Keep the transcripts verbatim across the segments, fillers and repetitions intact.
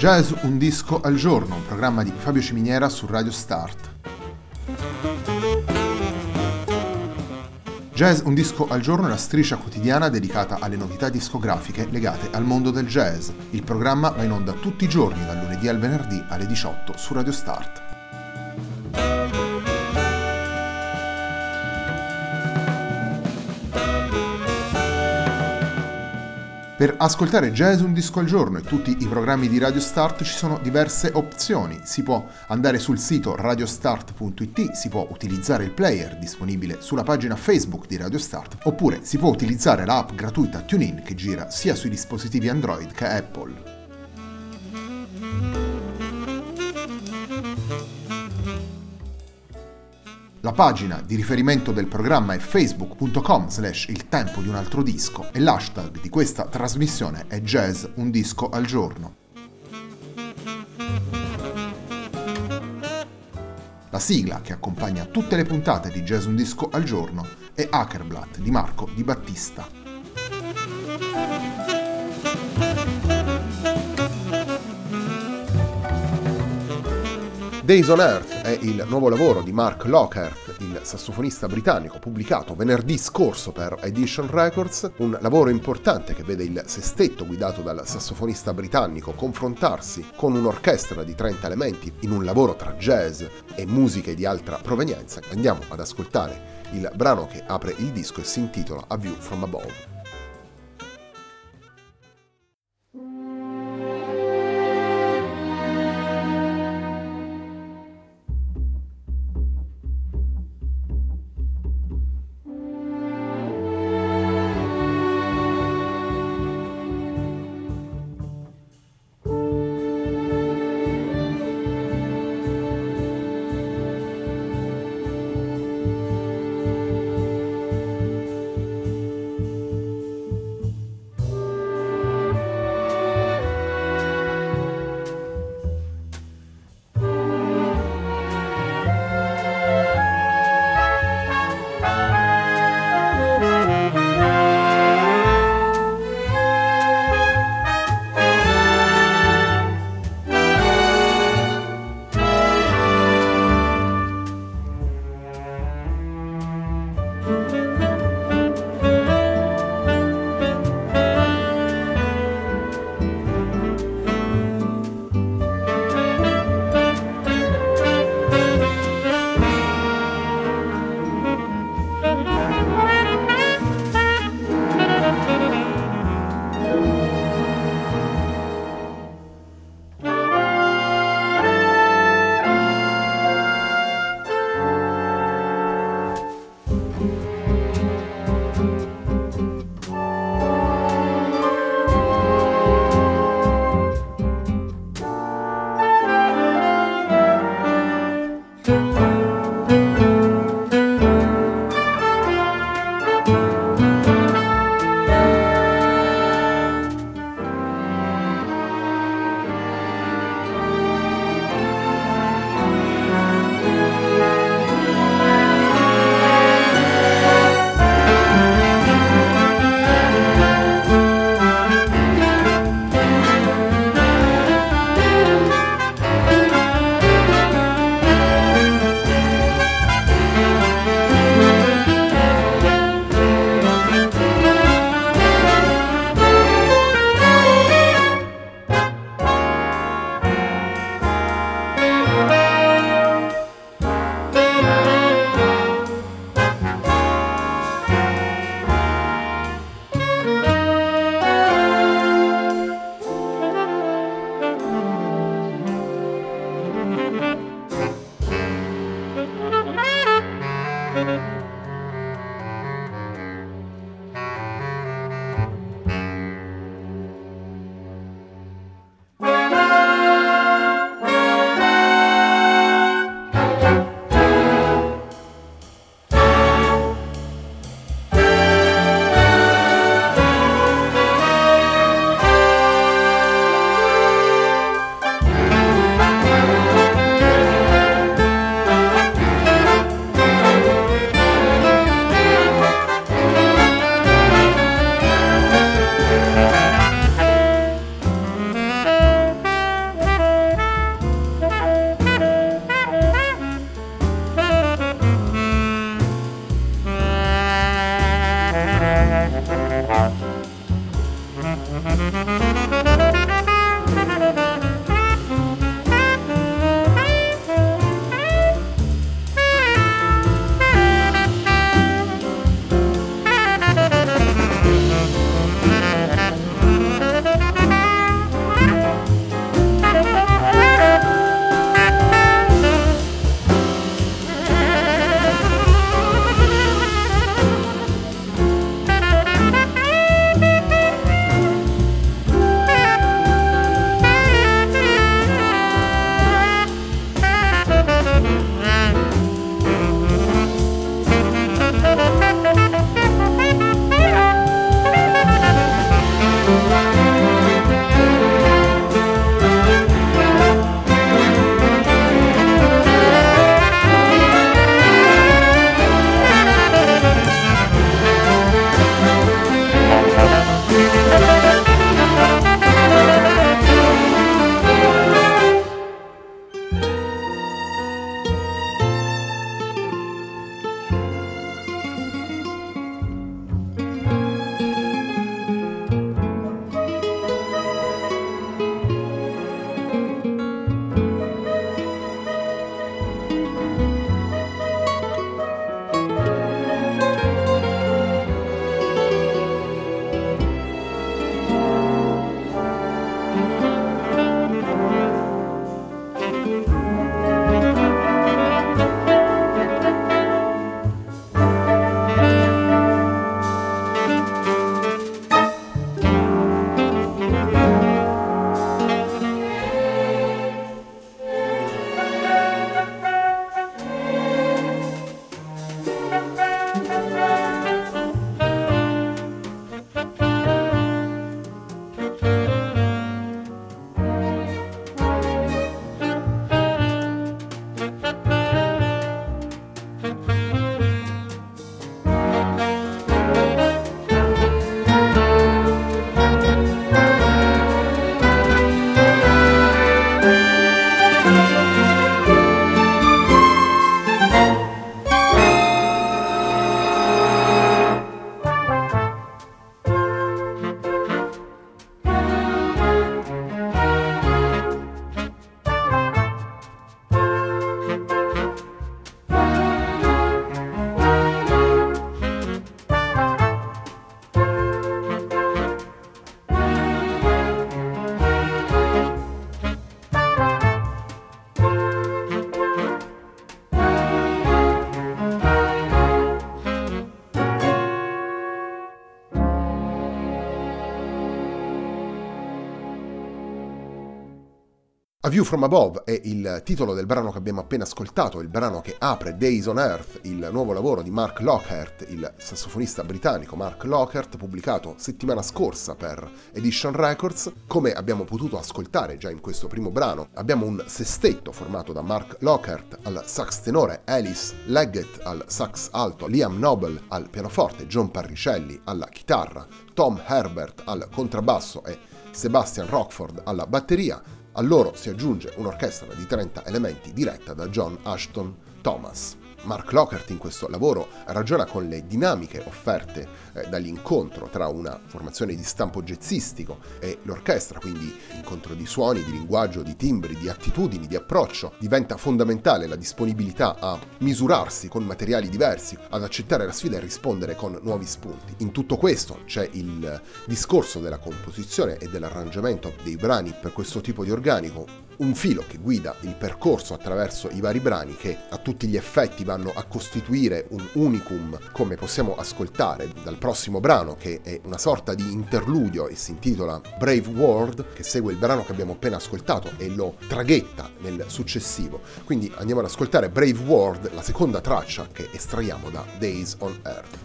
Jazz un disco al giorno, un programma di Fabio Ciminiera su Radio Start. Jazz un disco al giorno è la striscia quotidiana dedicata alle novità discografiche legate al mondo del jazz. Il programma va in onda tutti i giorni, dal lunedì al venerdì alle diciotto su Radio Start. Per ascoltare Jazz un disco al giorno e tutti i programmi di Radio Start ci sono diverse opzioni. Si può andare sul sito radiostart punto it, si può utilizzare il player disponibile sulla pagina Facebook di Radio Start, oppure si può utilizzare l'app gratuita TuneIn che gira sia sui dispositivi Android che Apple. La pagina di riferimento del programma è facebook punto com slash il tempo di un altro disco e l'hashtag di questa trasmissione è Jazz un disco al giorno. La sigla che accompagna tutte le puntate di Jazz un disco al giorno è Hackerblatt di Marco Di Battista. Days on Earth è il nuovo lavoro di Mark Lockhart, il sassofonista britannico, pubblicato venerdì scorso per Edition Records, un lavoro importante che vede il sestetto guidato dal sassofonista britannico confrontarsi con un'orchestra di trenta elementi in un lavoro tra jazz e musiche di altra provenienza. Andiamo ad ascoltare il brano che apre il disco e si intitola A View from Above. A View From Above è il titolo del brano che abbiamo appena ascoltato, il brano che apre Days on Earth, il nuovo lavoro di Mark Lockhart, il sassofonista britannico Mark Lockhart, pubblicato settimana scorsa per Edition Records. Come abbiamo potuto ascoltare già in questo primo brano, abbiamo un sestetto formato da Mark Lockhart al sax tenore, Alice Leggett al sax alto, Liam Noble al pianoforte, John Parricelli alla chitarra, Tom Herbert al contrabbasso e Sebastian Rockford alla batteria. A loro si aggiunge un'orchestra di trenta elementi diretta da John Ashton Thomas. Mark Lockhart in questo lavoro ragiona con le dinamiche offerte eh, dall'incontro tra una formazione di stampo jazzistico e l'orchestra, quindi incontro di suoni, di linguaggio, di timbri, di attitudini, di approccio. Diventa fondamentale la disponibilità a misurarsi con materiali diversi, ad accettare la sfida e rispondere con nuovi spunti. In tutto questo c'è il discorso della composizione e dell'arrangiamento dei brani per questo tipo di organico, un filo che guida il percorso attraverso i vari brani che a tutti gli effetti vanno a costituire un unicum, come possiamo ascoltare dal prossimo brano, che è una sorta di interludio e si intitola Brave World, che segue il brano che abbiamo appena ascoltato e lo traghetta nel successivo. Quindi andiamo ad ascoltare Brave World, la seconda traccia che estraiamo da Days on Earth.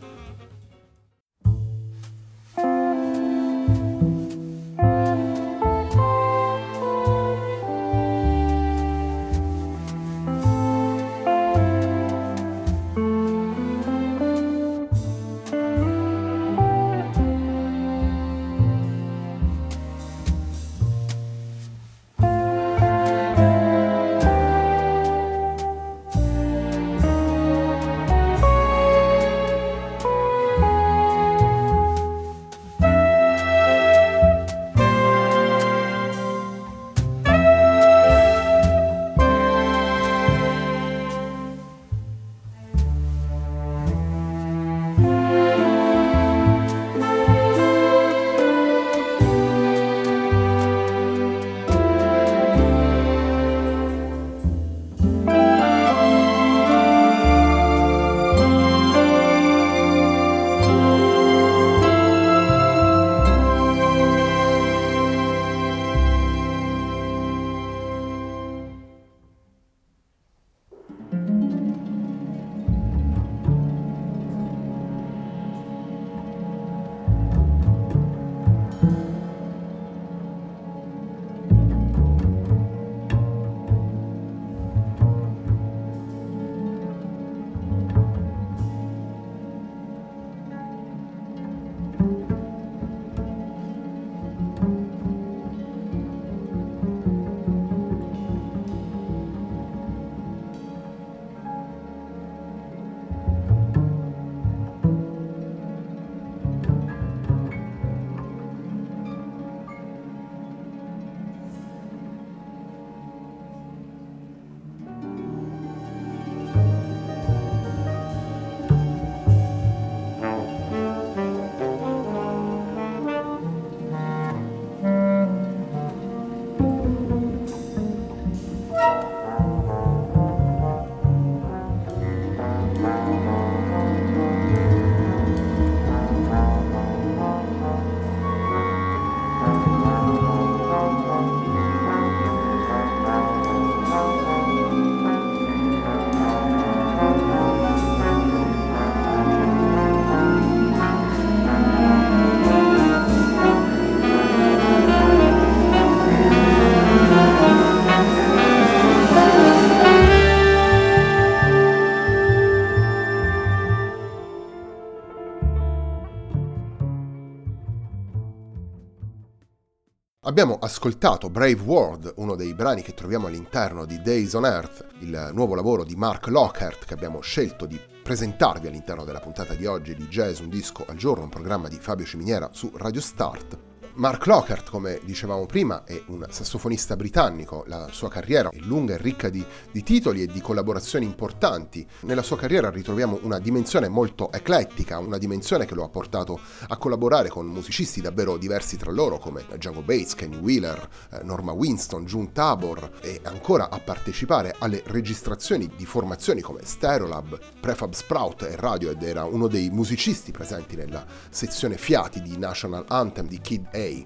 Abbiamo ascoltato Brave World, uno dei brani che troviamo all'interno di Days on Earth, il nuovo lavoro di Mark Lockhart che abbiamo scelto di presentarvi all'interno della puntata di oggi di Jazz Un Disco al Giorno, un programma di Fabio Ciminiera su Radio Start. Mark Lockhart, come dicevamo prima, è un sassofonista britannico. La sua carriera è lunga e ricca di, di titoli e di collaborazioni importanti. Nella sua carriera ritroviamo una dimensione molto eclettica, una dimensione che lo ha portato a collaborare con musicisti davvero diversi tra loro come Django Bates, Kenny Wheeler, eh, Norma Winston, June Tabor, e ancora a partecipare alle registrazioni di formazioni come Stereolab, Prefab Sprout e Radiohead. Era uno dei musicisti presenti nella sezione fiati di National Anthem di Kid A.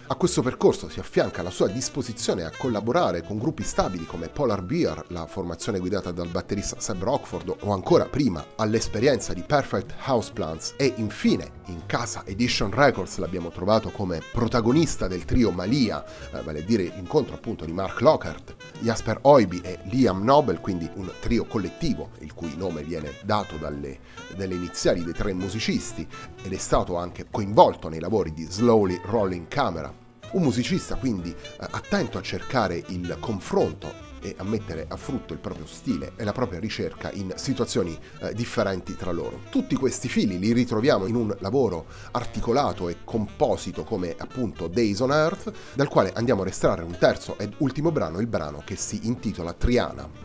A questo percorso si affianca la sua disposizione a collaborare con gruppi stabili come Polar Bear, la formazione guidata dal batterista Seb Rockford, o ancora prima all'esperienza di Perfect Houseplants, e infine in casa Edition Records l'abbiamo trovato come protagonista del trio Malia, eh, vale a dire l'incontro appunto di Mark Lockhart, Jasper Oiby e Liam Nobel, quindi un trio collettivo il cui nome viene dato dalle, dalle iniziali dei tre musicisti, ed è stato anche coinvolto nei lavori di Slowly Rolling Camera. Un musicista quindi eh, attento a cercare il confronto e a mettere a frutto il proprio stile e la propria ricerca in situazioni eh, differenti tra loro. Tutti questi fili li ritroviamo in un lavoro articolato e composito come appunto Days on Earth, dal quale andiamo a estrarre un terzo ed ultimo brano, il brano che si intitola Triana.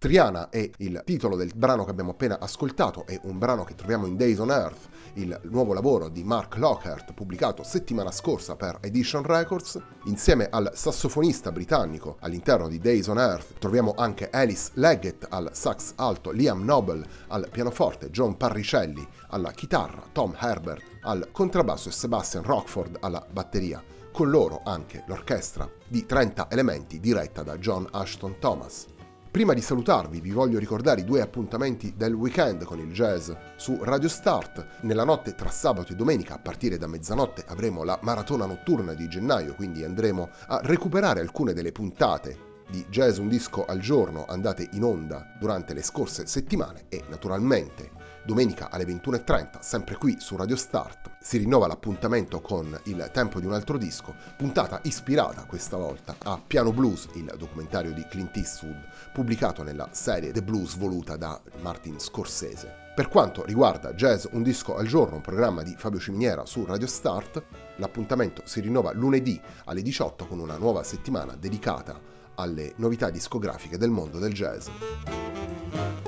Triana è il titolo del brano che abbiamo appena ascoltato, è un brano che troviamo in Days on Earth, il nuovo lavoro di Mark Lockhart pubblicato settimana scorsa per Edition Records. Insieme al sassofonista britannico all'interno di Days on Earth troviamo anche Alice Leggett al sax alto, Liam Noble al pianoforte, John Parricelli alla chitarra, Tom Herbert al contrabbasso e Sebastian Rockford alla batteria. Con loro anche l'orchestra di trenta elementi diretta da John Ashton Thomas. Prima di salutarvi vi voglio ricordare i due appuntamenti del weekend con il jazz su Radio Start. Nella notte tra sabato e domenica a partire da mezzanotte avremo la maratona notturna di gennaio, quindi andremo a recuperare alcune delle puntate di Jazz Un Disco al Giorno andate in onda durante le scorse settimane e naturalmente domenica alle ventuno e trenta, sempre qui su Radio Start, si rinnova l'appuntamento con Il tempo di un altro disco, puntata ispirata questa volta a Piano Blues, il documentario di Clint Eastwood, pubblicato nella serie The Blues voluta da Martin Scorsese. Per quanto riguarda Jazz Un Disco al Giorno, un programma di Fabio Ciminiera su Radio Start, l'appuntamento si rinnova lunedì alle diciotto con una nuova settimana dedicata alle novità discografiche del mondo del jazz.